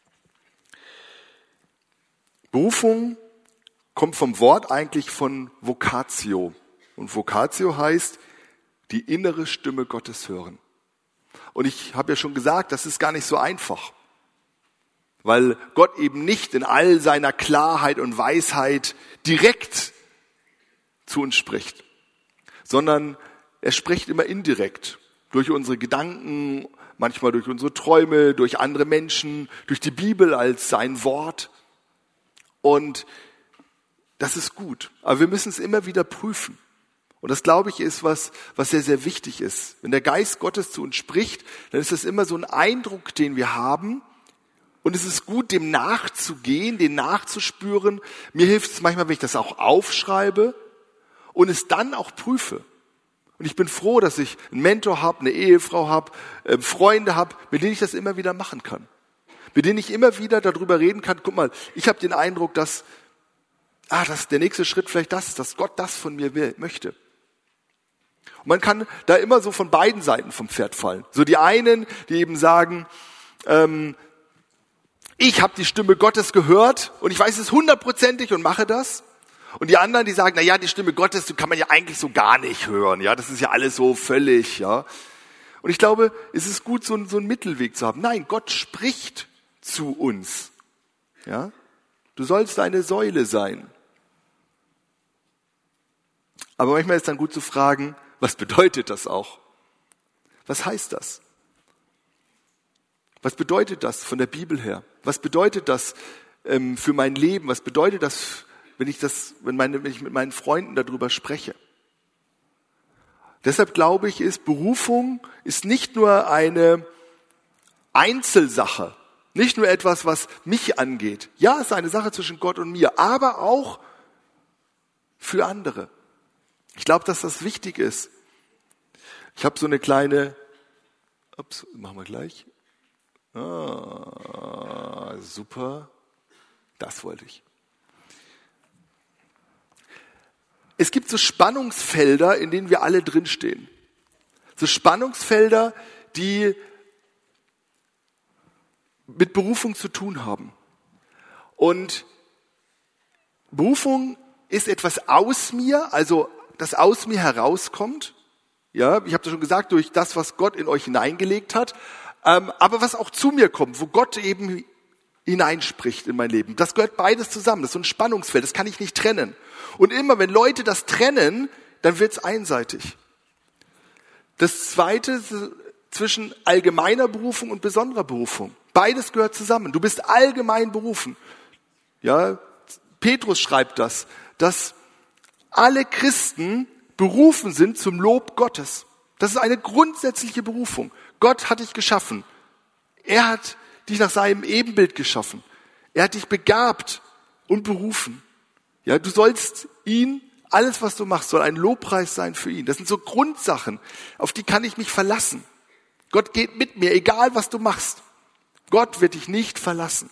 Berufung kommt vom Wort eigentlich von Vocatio. Und Vocatio heißt, die innere Stimme Gottes hören. Und ich habe ja schon gesagt, das ist gar nicht so einfach. Weil Gott eben nicht in all seiner Klarheit und Weisheit direkt zu uns spricht, sondern er spricht immer indirekt, durch unsere Gedanken, manchmal durch unsere Träume, durch andere Menschen, durch die Bibel als sein Wort. Und das ist gut, aber wir müssen es immer wieder prüfen. Und das, glaube ich, ist was sehr, sehr wichtig ist. Wenn der Geist Gottes zu uns spricht, dann ist das immer so ein Eindruck, den wir haben. Und es ist gut, dem nachzugehen, den nachzuspüren. Mir hilft es manchmal, wenn ich das auch aufschreibe. und es dann auch prüfe. Und ich bin froh, dass ich einen Mentor habe, eine Ehefrau habe, Freunde habe, mit denen ich das immer wieder machen kann. Mit denen ich immer wieder darüber reden kann, guck mal, ich habe den Eindruck, dass der nächste Schritt vielleicht das ist, dass Gott das von mir möchte. Und man kann da immer so von beiden Seiten vom Pferd fallen. So die einen, die eben sagen, ich habe die Stimme Gottes gehört und ich weiß es 100%ig und mache das. Und die anderen, die sagen, die Stimme Gottes, die kann man ja eigentlich so gar nicht hören. Ja, das ist ja alles so völlig, ja. Und ich glaube, es ist gut, so einen Mittelweg zu haben. Nein, Gott spricht zu uns. Ja. Du sollst eine Säule sein. Aber manchmal ist dann gut zu fragen, was bedeutet das auch? Was heißt das? Was bedeutet das von der Bibel her? Was bedeutet das für mein Leben? Was bedeutet das, wenn ich mit meinen Freunden darüber spreche? Deshalb glaube ich, Berufung ist nicht nur eine Einzelsache, nicht nur etwas, was mich angeht. Ja, es ist eine Sache zwischen Gott und mir, aber auch für andere. Ich glaube, dass das wichtig ist. Ich habe so eine kleine, machen wir gleich. Super, das wollte ich. Es gibt so Spannungsfelder, in denen wir alle drinstehen. So Spannungsfelder, die mit Berufung zu tun haben. Und Berufung ist etwas aus mir, also das aus mir herauskommt. Ja, ich habe das schon gesagt, durch das, was Gott in euch hineingelegt hat, aber was auch zu mir kommt, wo Gott eben hineinspricht in mein Leben. Das gehört beides zusammen, das ist so ein Spannungsfeld, das kann ich nicht trennen. Und immer, wenn Leute das trennen, dann wird's einseitig. Das Zweite zwischen allgemeiner Berufung und besonderer Berufung. Beides gehört zusammen. Du bist allgemein berufen. Ja, Petrus schreibt das, dass alle Christen berufen sind zum Lob Gottes. Das ist eine grundsätzliche Berufung. Gott hat dich geschaffen. Er hat dich nach seinem Ebenbild geschaffen. Er hat dich begabt und berufen. Ja, du sollst ihn, alles was du machst, soll ein Lobpreis sein für ihn. Das sind so Grundsachen, auf die kann ich mich verlassen. Gott geht mit mir, egal was du machst. Gott wird dich nicht verlassen.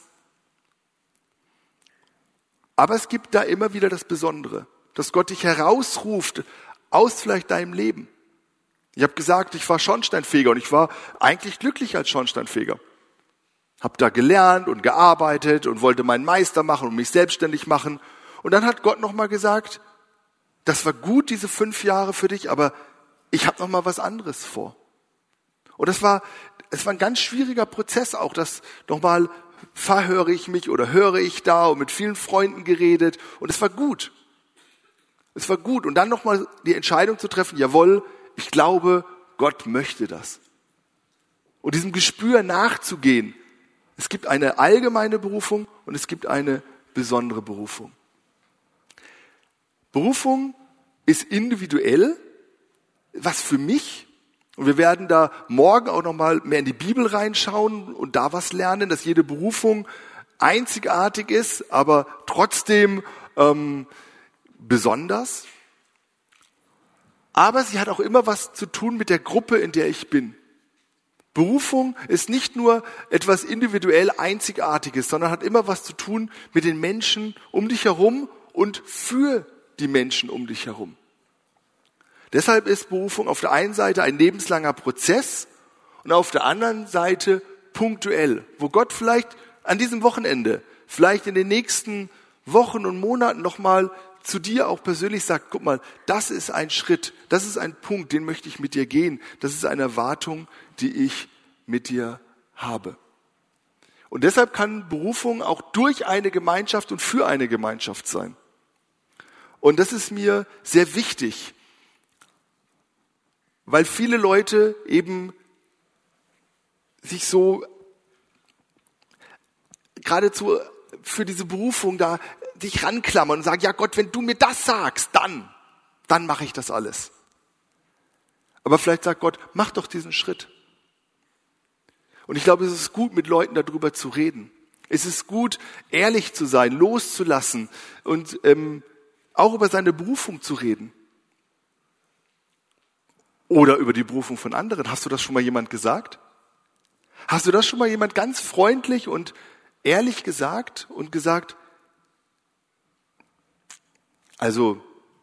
Aber es gibt da immer wieder das Besondere, dass Gott dich herausruft aus vielleicht deinem Leben. Ich habe gesagt, ich war Schornsteinfeger und ich war eigentlich glücklich als Schornsteinfeger. Habe da gelernt und gearbeitet und wollte meinen Meister machen und mich selbstständig machen. Und dann hat Gott nochmal gesagt, das war gut, diese 5 Jahre für dich, aber ich habe nochmal was anderes vor. Und es war ein ganz schwieriger Prozess auch, das nochmal verhöre ich mich oder höre ich da und mit vielen Freunden geredet. Und es war gut. Es war gut. Und dann nochmal die Entscheidung zu treffen, jawohl, ich glaube, Gott möchte das. Und diesem Gespür nachzugehen. Es gibt eine allgemeine Berufung und es gibt eine besondere Berufung. Berufung ist individuell, was für mich, und wir werden da morgen auch nochmal mehr in die Bibel reinschauen und da was lernen, dass jede Berufung einzigartig ist, aber trotzdem besonders. Aber sie hat auch immer was zu tun mit der Gruppe, in der ich bin. Berufung ist nicht nur etwas individuell Einzigartiges, sondern hat immer was zu tun mit den Menschen um dich herum und für die Menschen um dich herum. Deshalb ist Berufung auf der einen Seite ein lebenslanger Prozess und auf der anderen Seite punktuell, wo Gott vielleicht an diesem Wochenende, vielleicht in den nächsten Wochen und Monaten nochmal zu dir auch persönlich sagt, guck mal, das ist ein Schritt, das ist ein Punkt, den möchte ich mit dir gehen. Das ist eine Erwartung, die ich mit dir habe. Und deshalb kann Berufung auch durch eine Gemeinschaft und für eine Gemeinschaft sein. Und das ist mir sehr wichtig, weil viele Leute eben sich so geradezu für diese Berufung da dich ranklammern und sagen, ja Gott, wenn du mir das sagst, dann mache ich das alles. Aber vielleicht sagt Gott, mach doch diesen Schritt. Und ich glaube, es ist gut, mit Leuten darüber zu reden. Es ist gut, ehrlich zu sein, loszulassen und auch über seine Berufung zu reden. oder über die Berufung von anderen. Hast du das schon mal jemand gesagt? Hast du das schon mal jemand ganz freundlich und ehrlich gesagt und gesagt, also,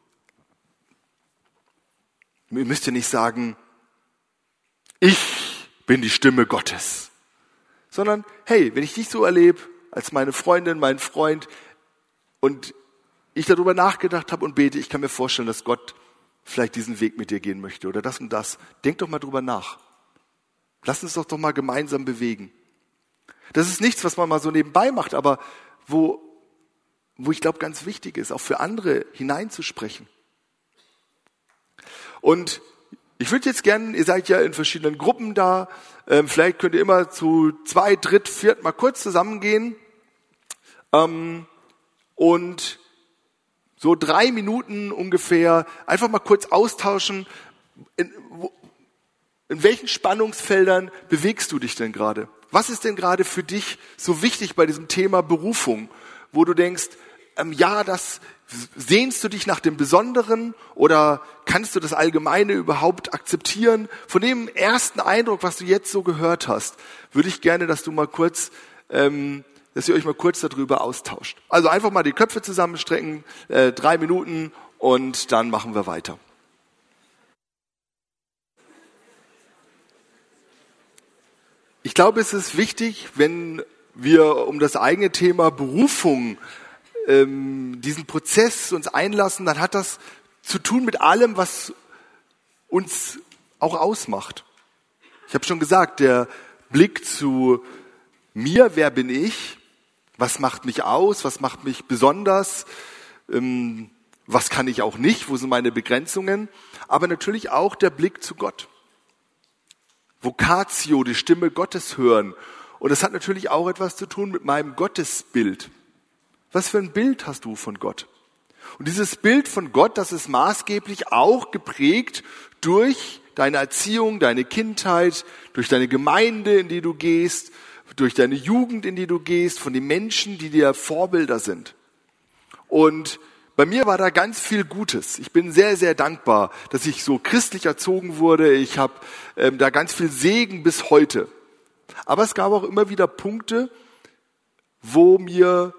ihr müsst ja nicht sagen, ich bin die Stimme Gottes, sondern hey, wenn ich dich so erlebe, als meine Freundin, mein Freund und ich darüber nachgedacht habe und bete, ich kann mir vorstellen, dass Gott vielleicht diesen Weg mit dir gehen möchte oder das und das. Denk doch mal drüber nach. Lass uns doch mal gemeinsam bewegen. Das ist nichts, was man mal so nebenbei macht, aber wo ich glaube, ganz wichtig ist, auch für andere hineinzusprechen. Und ich würde jetzt gerne, ihr seid ja in verschiedenen Gruppen da, vielleicht könnt ihr immer zu 2, 3, 4 mal kurz zusammengehen und so 3 Minuten ungefähr einfach mal kurz austauschen, in welchen Spannungsfeldern bewegst du dich denn gerade? Was ist denn gerade für dich so wichtig bei diesem Thema Berufung, wo du denkst, ja, das sehnst du dich nach dem Besonderen oder kannst du das Allgemeine überhaupt akzeptieren? Von dem ersten Eindruck, was du jetzt so gehört hast, würde ich gerne, dass du mal kurz, dass ihr euch mal kurz darüber austauscht. Also einfach mal die Köpfe zusammenstrecken, 3 Minuten und dann machen wir weiter. Ich glaube, es ist wichtig, wenn wir um das eigene Thema Berufung diesen Prozess uns einlassen, dann hat das zu tun mit allem, was uns auch ausmacht. Ich habe schon gesagt, der Blick zu mir, wer bin ich, was macht mich aus, was macht mich besonders, was kann ich auch nicht, wo sind meine Begrenzungen, aber natürlich auch der Blick zu Gott. Vocatio, die Stimme Gottes hören. Und das hat natürlich auch etwas zu tun mit meinem Gottesbild. Was für ein Bild hast du von Gott? Und dieses Bild von Gott, das ist maßgeblich auch geprägt durch deine Erziehung, deine Kindheit, durch deine Gemeinde, in die du gehst, durch deine Jugend, in die du gehst, von den Menschen, die dir Vorbilder sind. Und bei mir war da ganz viel Gutes. Ich bin sehr, sehr dankbar, dass ich so christlich erzogen wurde. Ich habe da ganz viel Segen bis heute. Aber es gab auch immer wieder Punkte, wo mir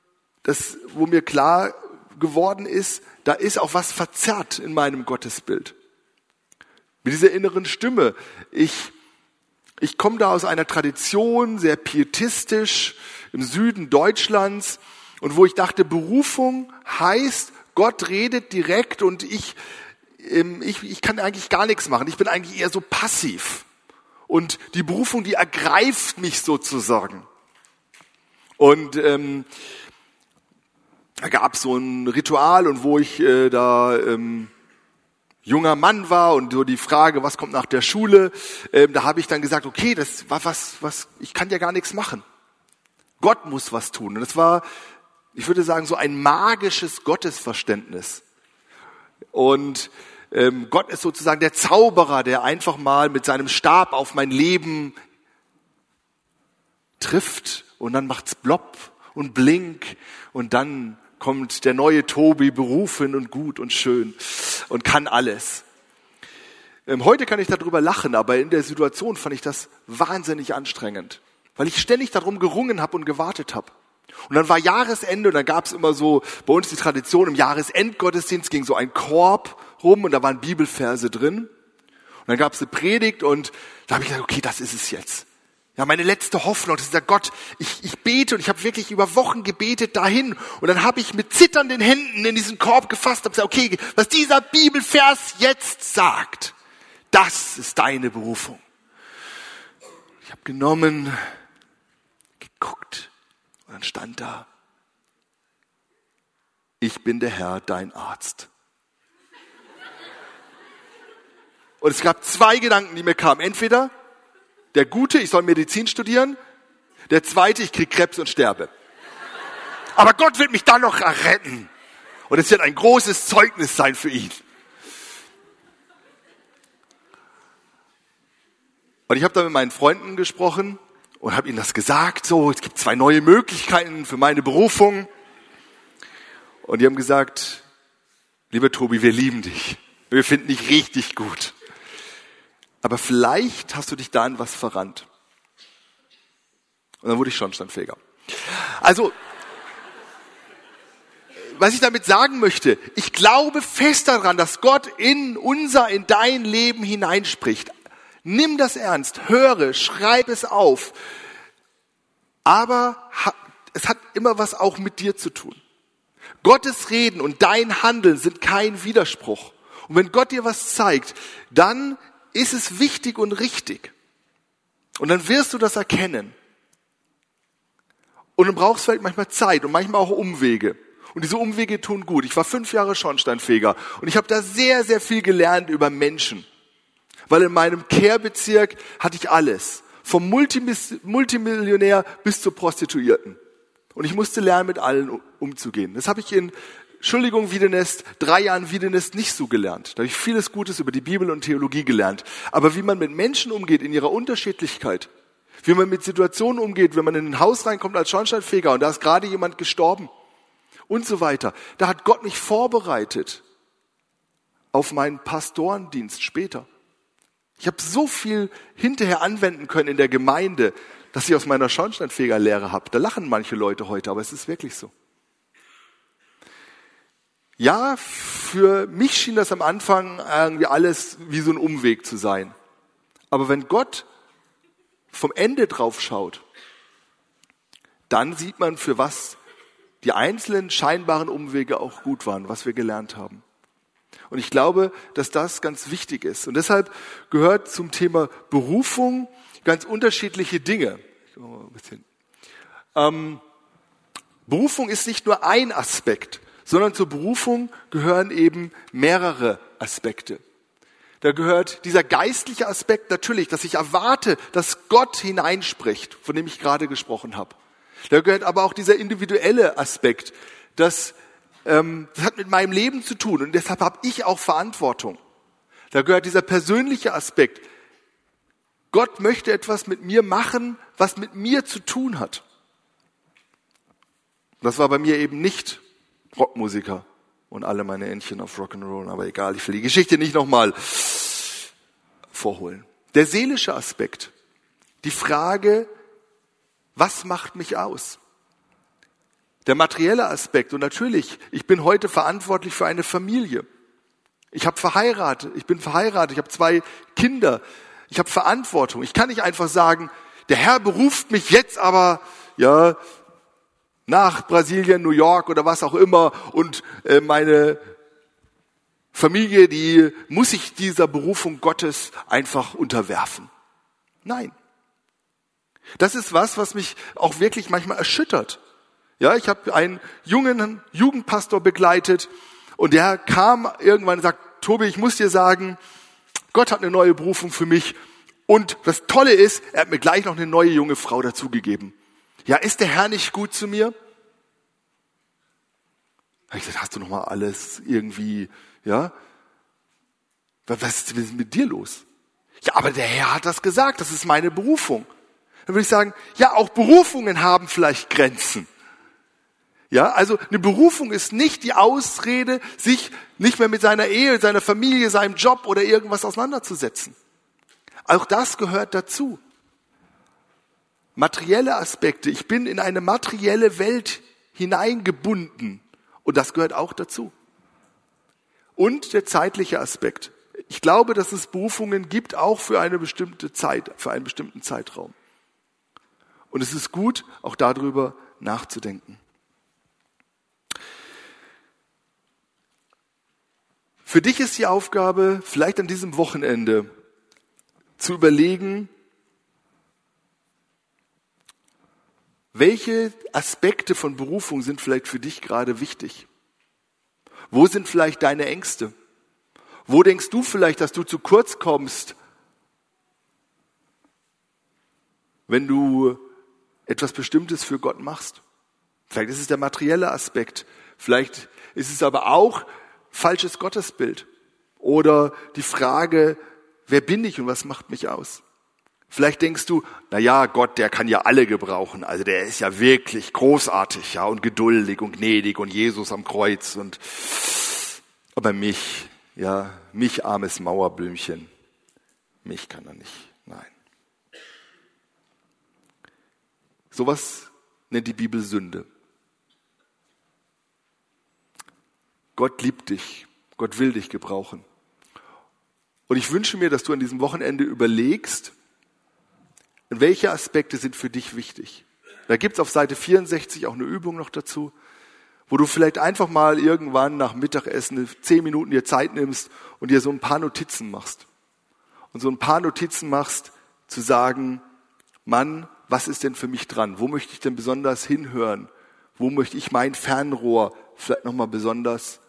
klar geworden ist, da ist auch was verzerrt in meinem Gottesbild. Mit dieser inneren Stimme. Ich komme da aus einer Tradition, sehr pietistisch, im Süden Deutschlands, und wo ich dachte, Berufung heißt, Gott redet direkt und ich kann eigentlich gar nichts machen. Ich bin eigentlich eher so passiv. Und die Berufung, die ergreift mich sozusagen. Und da gab es so ein Ritual, und wo ich junger Mann war und so die Frage, was kommt nach der Schule, da habe ich dann gesagt, okay, das war was, ich kann ja gar nichts machen. Gott muss was tun. Und das war, ich würde sagen, so ein magisches Gottesverständnis. Und Gott ist sozusagen der Zauberer, der einfach mal mit seinem Stab auf mein Leben trifft und dann macht's plopp und blink und dann kommt der neue Tobi, berufen und gut und schön und kann alles. Heute kann ich darüber lachen, aber in der Situation fand ich das wahnsinnig anstrengend, weil ich ständig darum gerungen habe und gewartet habe. Und dann war Jahresende und dann gab es immer so bei uns die Tradition, im Jahresendgottesdienst ging so ein Korb rum und da waren Bibelverse drin. Und dann gab es eine Predigt und da habe ich gesagt, okay, das ist es jetzt. Ja, meine letzte Hoffnung, das ist der Gott, ich bete und ich habe wirklich über Wochen gebetet dahin. Und dann habe ich mit zitternden Händen in diesen Korb gefasst und gesagt, okay, was dieser Bibelvers jetzt sagt, das ist deine Berufung. Ich habe genommen, geguckt. Und dann stand da, ich bin der Herr, dein Arzt. Und es gab 2 Gedanken, die mir kamen. Entweder der Gute, ich soll Medizin studieren. Der zweite, ich kriege Krebs und sterbe. Aber Gott wird mich dann noch retten. Und es wird ein großes Zeugnis sein für ihn. Und ich habe da mit meinen Freunden gesprochen und habe ihnen das gesagt. So, es gibt 2 neue Möglichkeiten für meine Berufung. Und die haben gesagt, lieber Tobi, wir lieben dich. Wir finden dich richtig gut. Aber vielleicht hast du dich da in was verrannt. Und dann wurde ich Schornsteinfeger. Also, was ich damit sagen möchte, ich glaube fest daran, dass Gott in dein Leben hineinspricht. Nimm das ernst, höre, schreib es auf. Aber es hat immer was auch mit dir zu tun. Gottes Reden und dein Handeln sind kein Widerspruch. Und wenn Gott dir was zeigt, dann ist es wichtig und richtig. Und dann wirst du das erkennen. Und du brauchst vielleicht manchmal Zeit und manchmal auch Umwege. Und diese Umwege tun gut. Ich war 5 Jahre Schornsteinfeger und ich habe da sehr, sehr viel gelernt über Menschen. Weil in meinem Care-Bezirk hatte ich alles. Vom Multimillionär bis zur Prostituierten. Und ich musste lernen, mit allen umzugehen. Das habe ich in, Wiedenest, 3 Jahren Wiedenest nicht so gelernt. Da habe ich vieles Gutes über die Bibel und Theologie gelernt. Aber wie man mit Menschen umgeht in ihrer Unterschiedlichkeit, wie man mit Situationen umgeht, wenn man in ein Haus reinkommt als Schornsteinfeger und da ist gerade jemand gestorben und so weiter. Da hat Gott mich vorbereitet auf meinen Pastorendienst später. Ich habe so viel hinterher anwenden können in der Gemeinde, dass ich aus meiner Schornsteinfegerlehre habe. Da lachen manche Leute heute, aber es ist wirklich so. Ja, für mich schien das am Anfang irgendwie alles wie so ein Umweg zu sein. Aber wenn Gott vom Ende drauf schaut, dann sieht man, für was die einzelnen scheinbaren Umwege auch gut waren, was wir gelernt haben. Und ich glaube, dass das ganz wichtig ist. Und deshalb gehört zum Thema Berufung ganz unterschiedliche Dinge. Berufung ist nicht nur ein Aspekt, sondern zur Berufung gehören eben mehrere Aspekte. Da gehört dieser geistliche Aspekt natürlich, dass ich erwarte, dass Gott hineinspricht, von dem ich gerade gesprochen habe. Da gehört aber auch dieser individuelle Aspekt, das hat mit meinem Leben zu tun und deshalb habe ich auch Verantwortung. Da gehört dieser persönliche Aspekt. Gott möchte etwas mit mir machen, was mit mir zu tun hat. Das war bei mir eben nicht Rockmusiker und alle meine Entchen auf Rock'n'Roll, aber egal, ich will die Geschichte nicht nochmal vorholen. Der seelische Aspekt, die Frage, was macht mich aus? Der materielle Aspekt, und natürlich, ich bin heute verantwortlich für eine Familie. Ich bin verheiratet, ich habe 2 Kinder, ich habe Verantwortung. Ich kann nicht einfach sagen, der Herr beruft mich jetzt aber nach Brasilien, New York oder was auch immer und meine Familie, die muss sich dieser Berufung Gottes einfach unterwerfen. Nein. Das ist was mich auch wirklich manchmal erschüttert. Ja, ich habe einen jungen Jugendpastor begleitet und der kam irgendwann und sagt, Tobi, ich muss dir sagen, Gott hat eine neue Berufung für mich und das Tolle ist, er hat mir gleich noch eine neue junge Frau dazugegeben. Ja, ist der Herr nicht gut zu mir? Da habe ich gesagt, hast du noch mal alles irgendwie, ja? Was ist mit dir los? Ja, aber der Herr hat das gesagt, das ist meine Berufung. Dann würde ich sagen, ja, auch Berufungen haben vielleicht Grenzen. Ja, also eine Berufung ist nicht die Ausrede, sich nicht mehr mit seiner Ehe, seiner Familie, seinem Job oder irgendwas auseinanderzusetzen. Auch das gehört dazu. Materielle Aspekte. Ich bin in eine materielle Welt hineingebunden und das gehört auch dazu. Und der zeitliche Aspekt. Ich glaube, dass es Berufungen gibt, auch für eine bestimmte Zeit, für einen bestimmten Zeitraum. Und es ist gut, auch darüber nachzudenken. Für dich ist die Aufgabe, vielleicht an diesem Wochenende zu überlegen, welche Aspekte von Berufung sind vielleicht für dich gerade wichtig? Wo sind vielleicht deine Ängste? Wo denkst du vielleicht, dass du zu kurz kommst, wenn du etwas Bestimmtes für Gott machst? Vielleicht ist es der materielle Aspekt. Vielleicht ist es aber auch falsches Gottesbild. Oder die Frage, wer bin ich und was macht mich aus? Vielleicht denkst du, Gott, der kann ja alle gebrauchen. Also der ist ja wirklich großartig, ja, und geduldig und gnädig und Jesus am Kreuz aber mich armes Mauerblümchen. mich kann er nicht. Nein. Sowas nennt die Bibel Sünde. Gott liebt dich. Gott will dich gebrauchen. Und ich wünsche mir, dass du an diesem Wochenende überlegst, welche Aspekte sind für dich wichtig. Da gibt es auf Seite 64 auch eine Übung noch dazu, wo du vielleicht einfach mal irgendwann nach Mittagessen 10 Minuten dir Zeit nimmst und dir so ein paar Notizen machst. Und so ein paar Notizen machst, zu sagen, Mann, was ist denn für mich dran? Wo möchte ich denn besonders hinhören? Wo möchte ich mein Fernrohr vielleicht nochmal besonders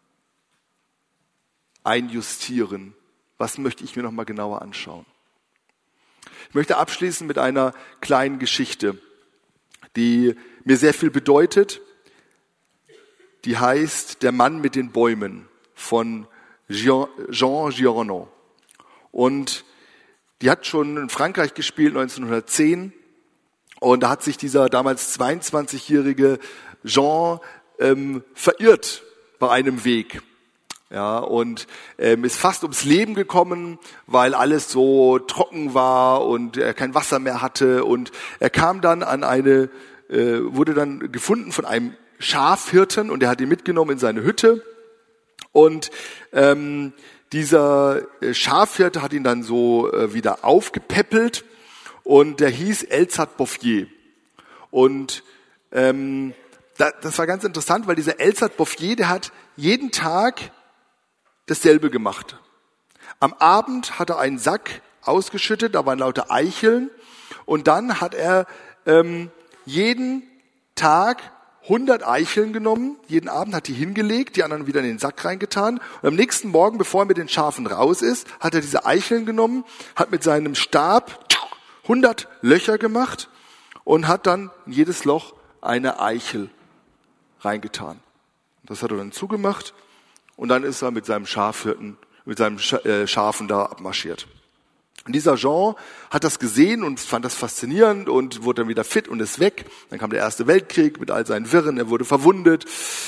einjustieren? Was möchte ich mir nochmal genauer anschauen? Ich möchte abschließen mit einer kleinen Geschichte, die mir sehr viel bedeutet. Die heißt Der Mann mit den Bäumen von Jean Giraudoux. Und die hat schon in Frankreich gespielt, 1910. Und da hat sich dieser damals 22-jährige Jean verirrt bei einem Weg. Ja, und ist fast ums Leben gekommen, weil alles so trocken war und er kein Wasser mehr hatte. Und er kam dann wurde dann gefunden von einem Schafhirten und er hat ihn mitgenommen in seine Hütte. Und dieser Schafhirte hat ihn dann so wieder aufgepäppelt und der hieß Elzat Bouffier. Und das war ganz interessant, weil dieser Elzat Bouffier, der hat jeden Tag dasselbe gemacht. Am Abend hat er einen Sack ausgeschüttet, da waren lauter Eicheln und dann hat er jeden Tag 100 Eicheln genommen, jeden Abend hat die hingelegt, die anderen wieder in den Sack reingetan und am nächsten Morgen, bevor er mit den Schafen raus ist, hat er diese Eicheln genommen, hat mit seinem Stab 100 Löcher gemacht und hat dann in jedes Loch eine Eichel reingetan. Das hat er dann zugemacht und dann ist er mit seinem Schafhirten, mit seinen Schafen da abmarschiert. Und dieser Jean hat das gesehen und fand das faszinierend und wurde dann wieder fit und ist weg. Dann kam der Erste Weltkrieg mit all seinen Wirren, er wurde verwundet,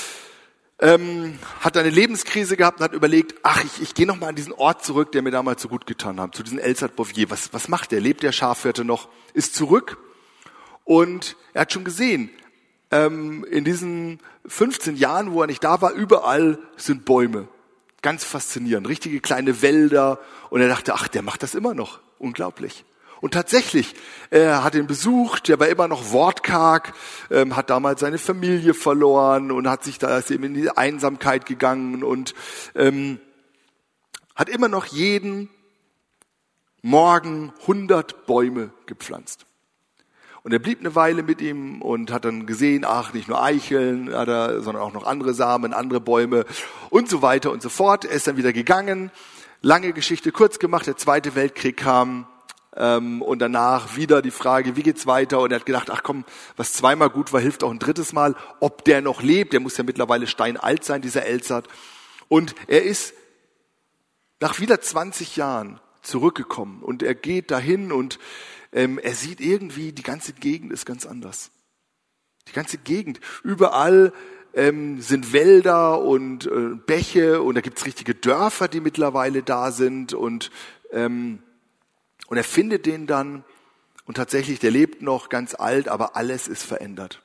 hat eine Lebenskrise gehabt und hat überlegt, ich gehe nochmal an diesen Ort zurück, der mir damals so gut getan hat, zu diesem Elzat Bouffier. Was macht der? Lebt der Schafhirte noch? Ist zurück und er hat schon gesehen, in diesen 15 Jahren, wo er nicht da war, überall sind Bäume. Ganz faszinierend, richtige kleine Wälder. Und er dachte, der macht das immer noch. Unglaublich. Und tatsächlich, er hat ihn besucht, der war immer noch wortkarg, hat damals seine Familie verloren und ist eben in die Einsamkeit gegangen und hat immer noch jeden Morgen 100 Bäume gepflanzt. Und er blieb eine Weile mit ihm und hat dann gesehen, nicht nur Eicheln, sondern auch noch andere Samen, andere Bäume und so weiter und so fort. Er ist dann wieder gegangen. Lange Geschichte kurz gemacht, der Zweite Weltkrieg kam und danach wieder die Frage, wie geht's weiter? Und er hat gedacht, was zweimal gut war, hilft auch ein drittes Mal. Ob der noch lebt, der muss ja mittlerweile steinalt sein, dieser Elzat. Und er ist nach wieder 20 Jahren zurückgekommen und er geht dahin und er sieht irgendwie, die ganze Gegend ist ganz anders. Die ganze Gegend. Überall sind Wälder und Bäche und da gibt's richtige Dörfer, die mittlerweile da sind und er findet den dann und tatsächlich, der lebt noch ganz alt, aber alles ist verändert.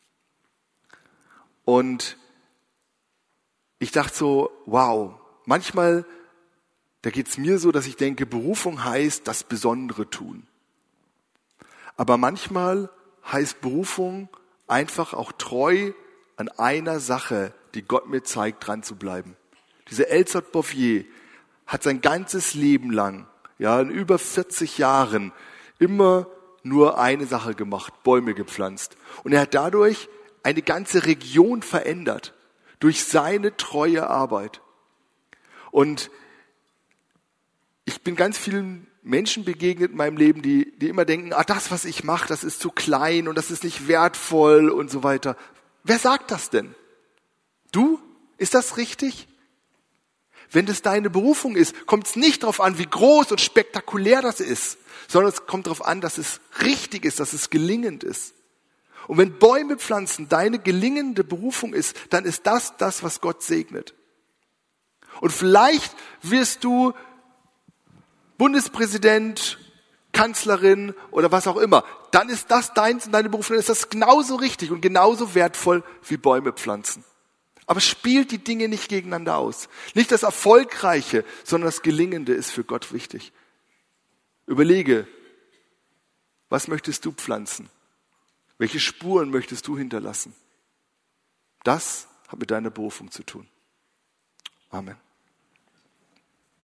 Und ich dachte so, wow, manchmal, da geht's mir so, dass ich denke, Berufung heißt das Besondere tun. Aber manchmal heißt Berufung einfach auch treu an einer Sache, die Gott mir zeigt, dran zu bleiben. Dieser Elzat Bouffier hat sein ganzes Leben lang, in über 40 Jahren, immer nur eine Sache gemacht, Bäume gepflanzt. Und er hat dadurch eine ganze Region verändert, durch seine treue Arbeit. Und ich bin ganz vielen Menschen begegnet in meinem Leben, die immer denken, das, was ich mache, das ist zu klein und das ist nicht wertvoll und so weiter. Wer sagt das denn? Du? Ist das richtig? Wenn das deine Berufung ist, kommt es nicht darauf an, wie groß und spektakulär das ist, sondern es kommt darauf an, dass es richtig ist, dass es gelingend ist. Und wenn Bäume pflanzen deine gelingende Berufung ist, dann ist das, was Gott segnet. Und vielleicht wirst du Bundespräsident, Kanzlerin oder was auch immer, dann ist das deins und deine Berufung, dann ist das genauso richtig und genauso wertvoll wie Bäume pflanzen. Aber spielt die Dinge nicht gegeneinander aus. Nicht das Erfolgreiche, sondern das Gelingende ist für Gott wichtig. Überlege, was möchtest du pflanzen? Welche Spuren möchtest du hinterlassen? Das hat mit deiner Berufung zu tun. Amen.